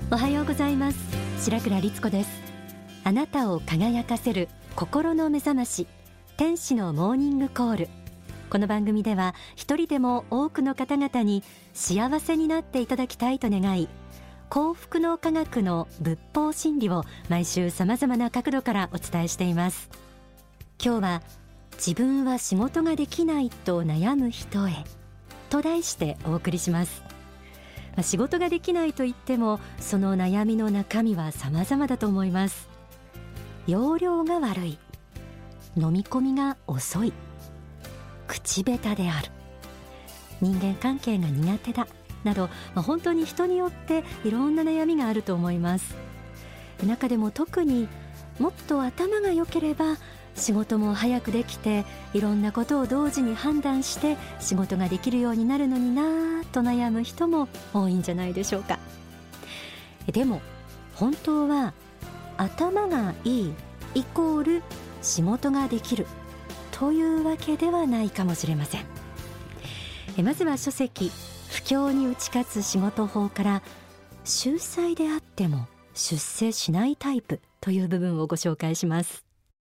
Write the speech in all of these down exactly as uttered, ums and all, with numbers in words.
おはようございます。白倉律子です。あなたを輝かせる心の目覚まし、天使のモーニングコール。この番組では一人でも多くの方々に幸せになっていただきたいと願い、幸福の科学の仏法真理を毎週さまざまな角度からお伝えしています。今日は自分は仕事ができないと悩む人へと題してお送りします。仕事ができないと言っても、その悩みの中身は様々だと思います。容量が悪い、飲み込みが遅い、口下手である、人間関係が苦手だなど、まあ、本当に人によっていろんな悩みがあると思います。中でも特にもっと頭が良ければ仕事も早くできて、いろんなことを同時に判断して仕事ができるようになるのになぁと悩む人も多いんじゃないでしょうか。でも本当は頭がいいイコール仕事ができるというわけではないかもしれません。まずは書籍不況に打ち勝つ仕事法から、秀才であっても出世しないタイプという部分をご紹介します。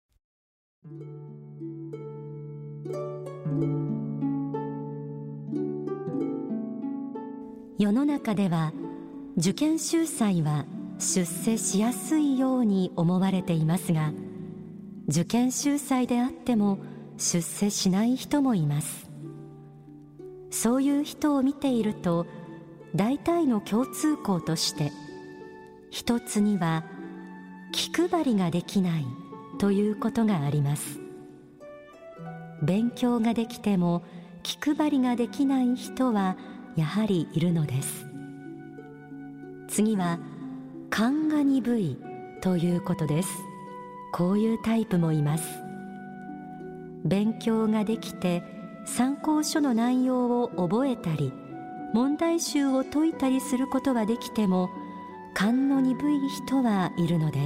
世の中では受験秀才は出世しやすいように思われていますが、受験秀才であっても出世しない人もいます。そういう人を見ていると、大体の共通項として一つには気配りができないということがあります。勉強ができても気配りができない人はやはりいるのです。次は勘が鈍いということです。こういうタイプもいます。勉強ができて参考書の内容を覚えたり、問題集を解いたりすることはできても、勘の鈍い人はいるのです。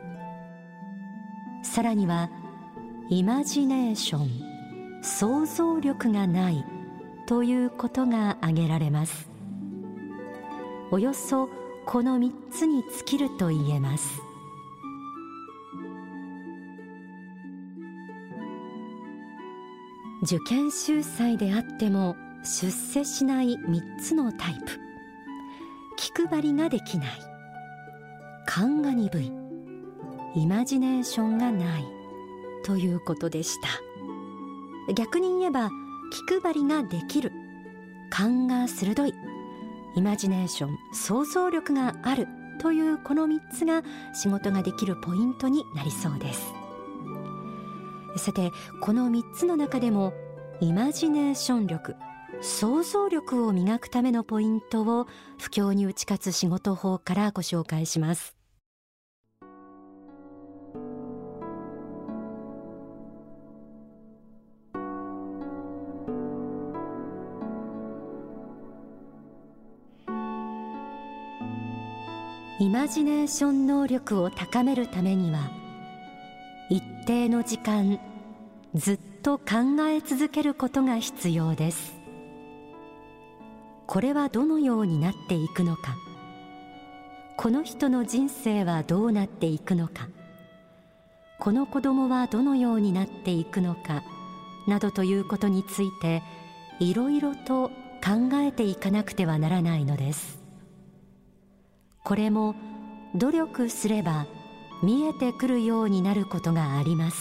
さらにはイマジネーション、想像力がないということが挙げられます。およそこのみっつに尽きると言えます。受験秀才であっても出世しないみっつのタイプ。気配りができない、勘が鈍い、イマジネーションがないということでした。逆に言えば、気配りができる、勘が鋭い、イマジネーション、想像力があるというこのみっつが仕事ができるポイントになりそうです。さて、このみっつの中でもイマジネーション力、想像力を磨くためのポイントを不況に打ち勝つ仕事法からご紹介します。イマジネーション能力を高めるためには、一定の時間ずっと考え続けることが必要です。これはどのようになっていくのか、この人の人生はどうなっていくのか、この子供はどのようになっていくのかなどということについて、いろいろと考えていかなくてはならないのです。これも努力すれば見えてくるようになることがあります。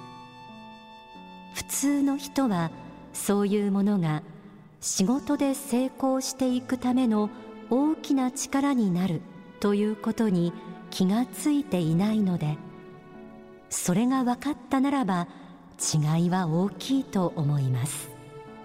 普通の人はそういうものが仕事で成功していくための大きな力になるということに気がついていないので、それが分かったならば違いは大きいと思います。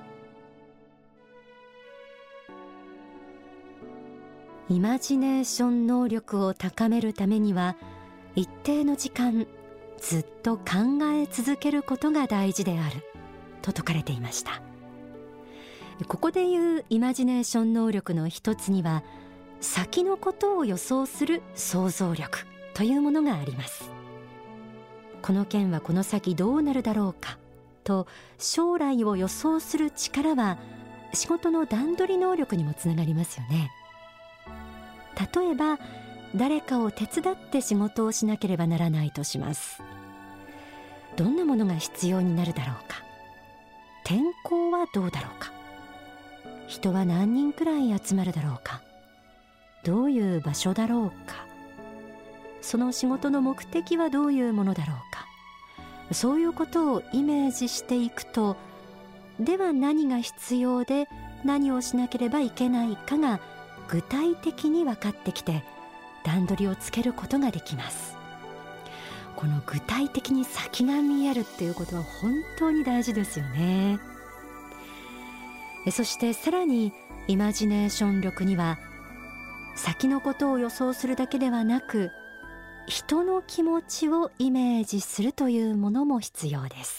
イマジネーション能力を高めるためには、一定の時間ずっと考え続けることが大事であると説かれていました。ここでいうイマジネーション能力の一つには、先のことを予想する想像力というものがあります。この件はこの先どうなるだろうかと将来を予想する力は仕事の段取り能力にもつながりますよね。 例えば誰かを手伝って仕事をしなければならないとします。どんなものが必要になるだろうか。天候はどうだろうか。人は何人くらい集まるだろうか。どういう場所だろうか。その仕事の目的はどういうものだろうか。そういうことをイメージしていくと、では何が必要で何をしなければいけないかが具体的に分かってきて、段取りをつけることができます。この具体的に先が見えるっていうことは本当に大事ですよね。そしてさらにイマジネーション力には、先のことを予想するだけではなく、人の気持ちをイメージするというものも必要です。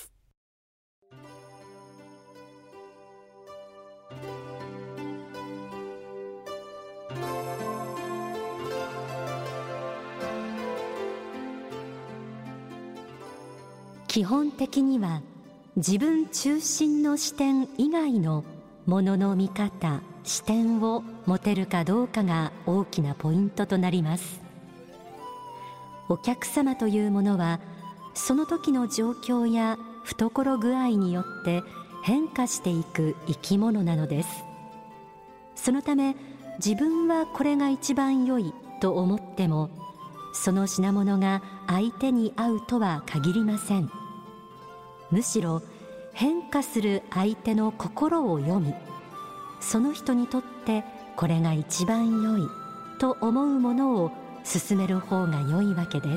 基本的には自分中心の視点以外のものの見方、視点を持てるかどうかが大きなポイントとなります。お客様というものはその時の状況や懐具合によって変化していく生き物なのです。そのため自分はこれが一番良いと思っても、その品物が相手に合うとは限りません。むしろ変化する相手の心を読み、その人にとってこれが一番良いと思うものを進める方が良いわけです。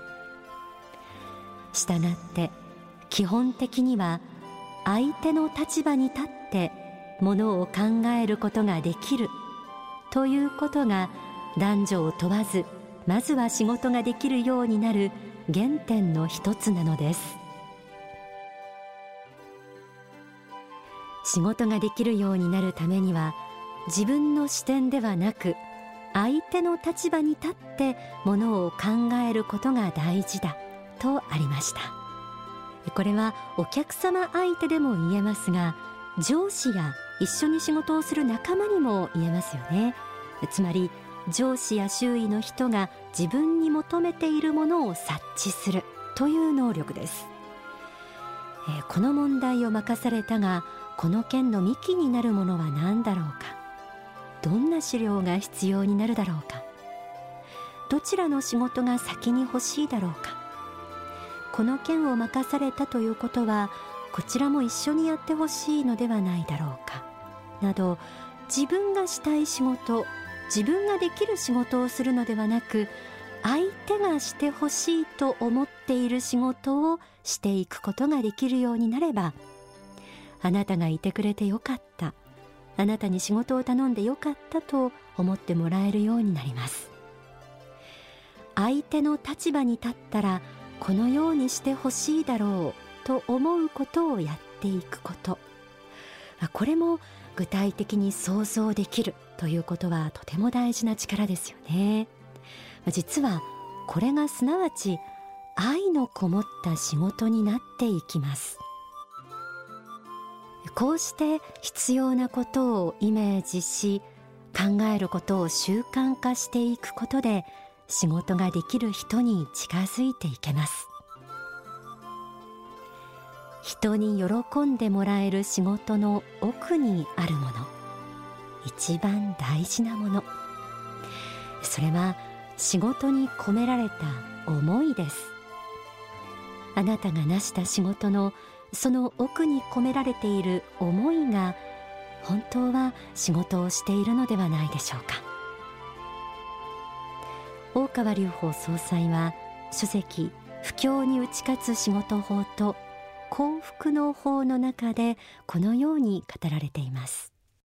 したがって基本的には相手の立場に立ってものを考えることができるということが、男女を問わずまずは仕事ができるようになる原点の一つなのです。仕事ができるようになるためには、自分の視点ではなく相手の立場に立ってものを考えることが大事だとありました。これはお客様相手でも言えますが、上司や一緒に仕事をする仲間にも言えますよね。つまり上司や周囲の人が自分に求めているものを察知するという能力です。えー、この問題を任されたが、この件の幹になるものは何だろうか。どんな資料が必要になるだろうか。どちらの仕事が先に欲しいだろうか。この件を任されたということは、こちらも一緒にやってほしいのではないだろうか。など、自分がしたい仕事、自分ができる仕事をするのではなく、相手がしてほしいと思っている仕事をしていくことができるようになれば、あなたがいてくれてよかった、あなたに仕事を頼んでよかったと思ってもらえるようになります。相手の立場に立ったら、このようにしてほしいだろうと思うことをやっていくこと、これも具体的に想像できるということはとても大事な力ですよね。実はこれがすなわち愛のこもった仕事になっていきます。こうして必要なことをイメージし、考えることを習慣化していくことで、仕事ができる人に近づいていけます。人に喜んでもらえる仕事の奥にあるもの、一番大事なもの、それは仕事に込められた思いです。あなたが成した仕事のその奥に込められている思いが、本当は仕事をしているのではないでしょうか。大川隆法総裁は書籍「不況に打ち勝つ仕事法」と幸福の法の中でこのように語られています。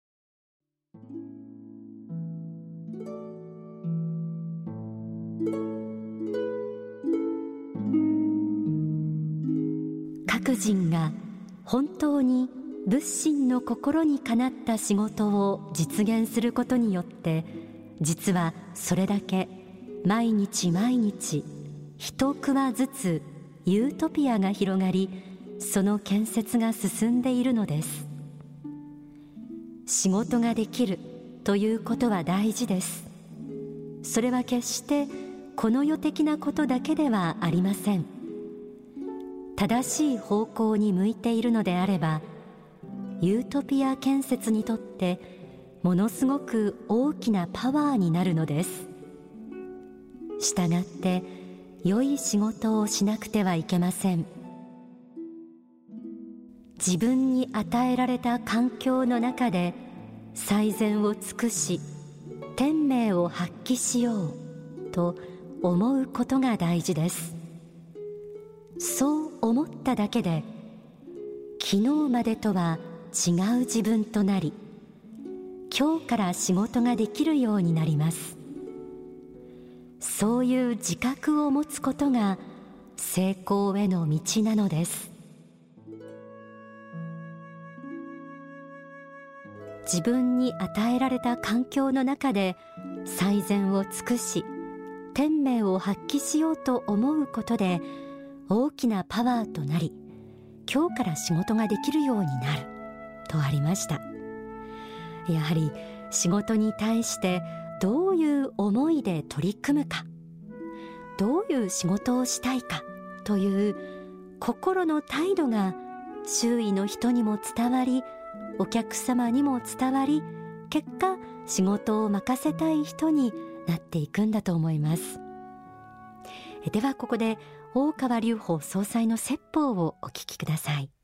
各人が本当に仏心の心にかなった仕事を実現することによって、実はそれだけ毎日毎日一クワずつユートピアが広がり、その建設が進んでいるのです。仕事ができるということは大事です。 それは決してこの世的なことだけではありません。正しい方向に向いているのであれば、ユートピア建設にとってものすごく大きなパワーになるのです。したがって良い仕事をしなくてはいけません。自分に与えられた環境の中で最善を尽くし天命を発揮しようと思うことが大事です。そう思っただけで昨日までとは違う自分となり、今日から仕事ができるようになります。そういう自覚を持つことが成功への道なのです。自分に与えられた環境の中で最善を尽くし天命を発揮しようと思うことで大きなパワーとなり、今日から仕事ができるようになるとありました。やはり仕事に対してどういう思いで取り組むか、どういう仕事をしたいかという心の態度が周囲の人にも伝わり、お客様にも伝わり、結果仕事を任せたい人になっていくんだと思います。ではここで大川隆法総裁の説法をお聞きください。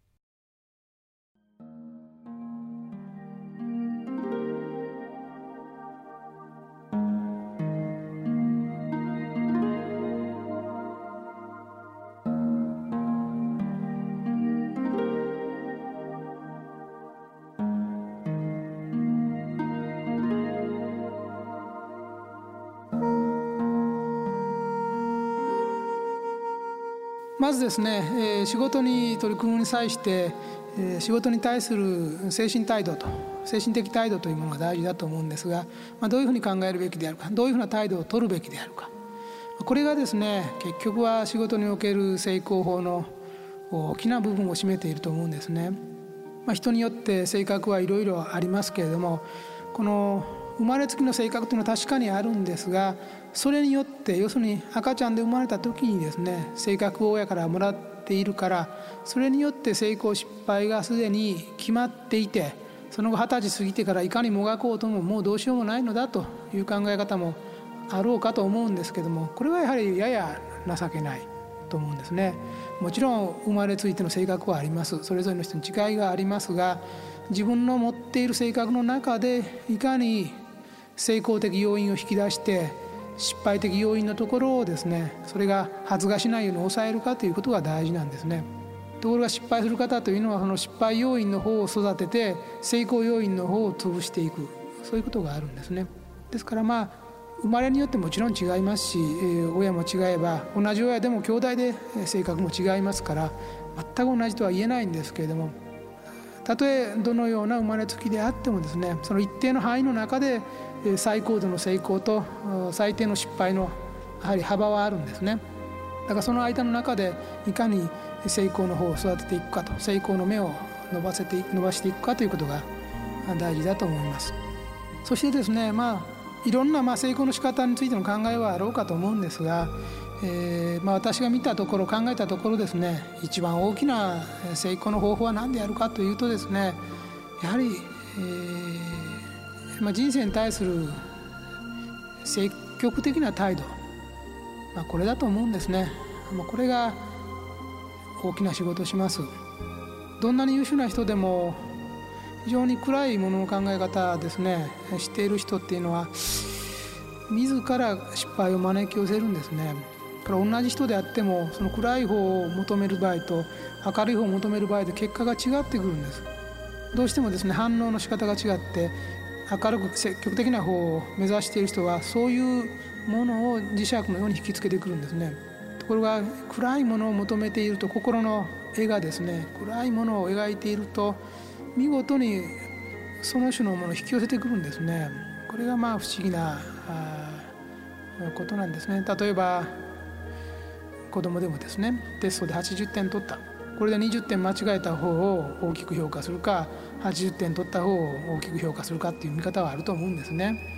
まずですね、えー、仕事に取り組むに際して、えー、仕事に対する精神態度と精神的態度というものが大事だと思うんですが、まあ、どういうふうに考えるべきであるか、どういうふうな態度を取るべきであるか、これがですね結局は仕事における成功法の大きな部分を占めていると思うんですね。まあ、人によって性格はいろいろありますけれども、この生まれつきの性格というのは確かにあるんですが、それによって要するに赤ちゃんで生まれた時にですね性格を親からもらっているから、それによって成功失敗がすでに決まっていて、その後二十歳過ぎてからいかにもがこうとももうどうしようもないのだという考え方もあろうかと思うんですけども、これはやはりやや情けないと思うんですね。もちろん生まれついての性格はあります。それぞれの人に違いがありますが、自分の持っている性格の中でいかに成功的要因を引き出して失敗的要因のところをですね、それが発芽しないように抑えるかということが大事なんですね。ところが失敗する方というのはその失敗要因の方を育てて成功要因の方を潰していく、そういうことがあるんですね。ですからまあ生まれによってもちろん違いますし、親も違えば同じ親でも兄弟で性格も違いますから全く同じとは言えないんですけれども、たとえどのような生まれつきであってもですね、その一定の範囲の中で最高度の成功と最低の失敗のやはり幅はあるんですね。だからその間の中でいかに成功の方を育てていくかと、成功の芽を伸ばせて伸ばしていくかということが大事だと思います。そしてですね、まあいろんなまあ成功の仕方についての考えはあろうかと思うんですが、えーまあ、私が見たところ考えたところですね、一番大きな成功の方法は何であるかというとですね、やはり、えーまあ、人生に対する積極的な態度、まあ、これだと思うんですね。まあ、これが大きな仕事をします。どんなに優秀な人でも非常に暗いものの考え方ですねしている人っていうのは自ら失敗を招き寄せるんですね。だから同じ人であってもその暗い方を求める場合と明るい方を求める場合で結果が違ってくるんです。どうしてもですね反応の仕方が違って明るく積極的な方を目指している人はそういうものを磁石のように引きつけてくるんですね。ところが暗いものを求めていると心の絵がですね暗いものを描いていると見事にその種のものを引き寄せてくるんですね。これがまあ不思議なことなんですね。例えば子供でもですねテストではちじゅってん取った、これでにじゅってん間違えた方を大きく評価するかはちじゅってん取った方を大きく評価するかっていう見方はあると思うんですね。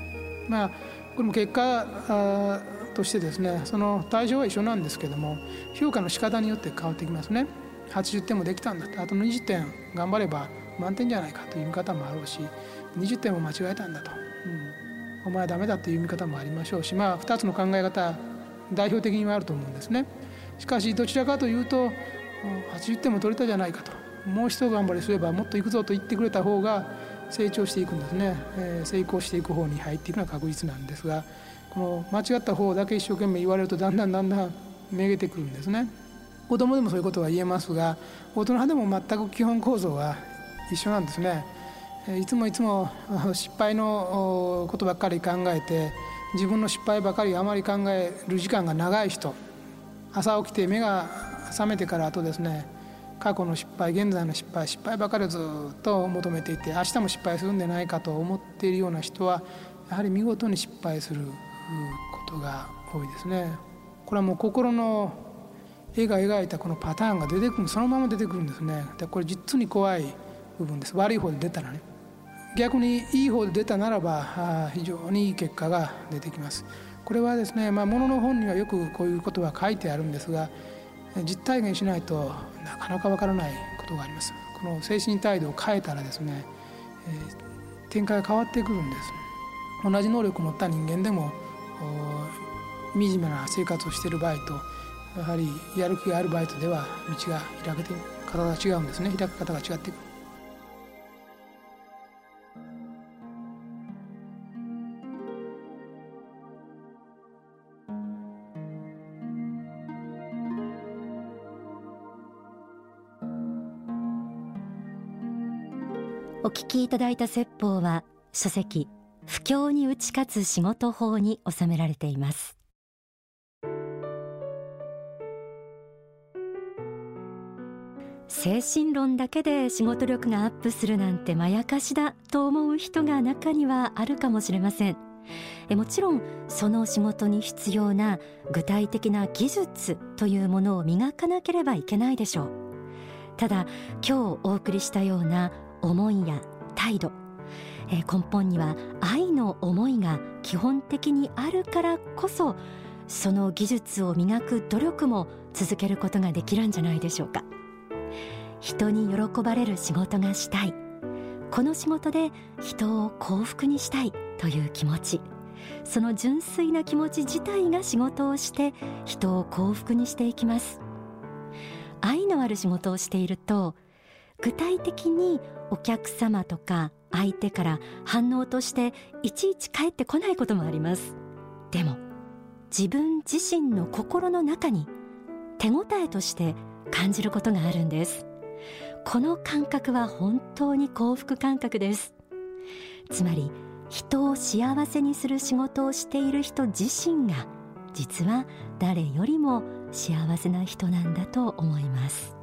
まあ、これも結果としてですね、その対象は一緒なんですけども、評価の仕方によって変わってきますね。はちじゅってんもできたんだと、あとにじゅってん頑張れば満点じゃないかという見方もあろうし、にじゅってんも間違えたんだと、うん、お前はダメだという見方もありましょうし、まあ、ふたつの考え方代表的にはあると思うんですね。しかしどちらかというと、はちじゅってんも取れたじゃないかと、もう一頑張りすればもっといくぞと言ってくれた方が成長していくんですね、えー、成功していく方に入っていくのは確実なんですが、この間違った方だけ一生懸命言われるとだんだんだんだんめげてくるんですね。子供でもそういうことは言えますが、大人でも全く基本構造は一緒なんですね。いつもいつも失敗のことばっかり考えて、自分の失敗ばかりあまり考える時間が長い人、朝起きて目が覚めてからあとですね、過去の失敗、現在の失敗、失敗ばかりをずっと求めていて、明日も失敗するんじゃないかと思っているような人は、やはり見事に失敗することが多いですね。これはもう心の絵が描いたこのパターンが出てくる、そのまま出てくるんですね。でこれ実に怖い部分です。悪い方で出たらね。逆にいい方で出たならば非常にいい結果が出てきます。これはですね、まあ、物の本にはよくこういうことは書いてあるんですが、実体験しないとなかなかわからないことがあります。この精神態度を変えたらですね、えー、展開が変わってくるんです。同じ能力を持った人間でも惨めな生活をしている場合と、やはりやる気がある場合とでは道が開けて方が違うんですね。開き方が違ってくる。 お聞きいただいた説法は書籍不況に打ち勝つ仕事法に収められています。精神論だけで仕事力がアップするなんてまやかしだと思う人が中にはあるかもしれません。えもちろんその仕事に必要な具体的な技術というものを磨かなければいけないでしょう。ただ今日お送りしたような思いや態度、え根本には愛の思いが基本的にあるからこそ、その技術を磨く努力も続けることができるんじゃないでしょうか。人に喜ばれる仕事がしたい、この仕事で人を幸福にしたいという気持ち、その純粋な気持ち自体が仕事をして人を幸福にしていきます。愛のある仕事をしていると、具体的にお客様とか相手から反応としていちいち返ってこないこともあります。でも自分自身の心の中に手応えとして感じることがあるんです。この感覚は本当に幸福感覚です。つまり人を幸せにする仕事をしている人自身が実は誰よりも幸せな人なんだと思います。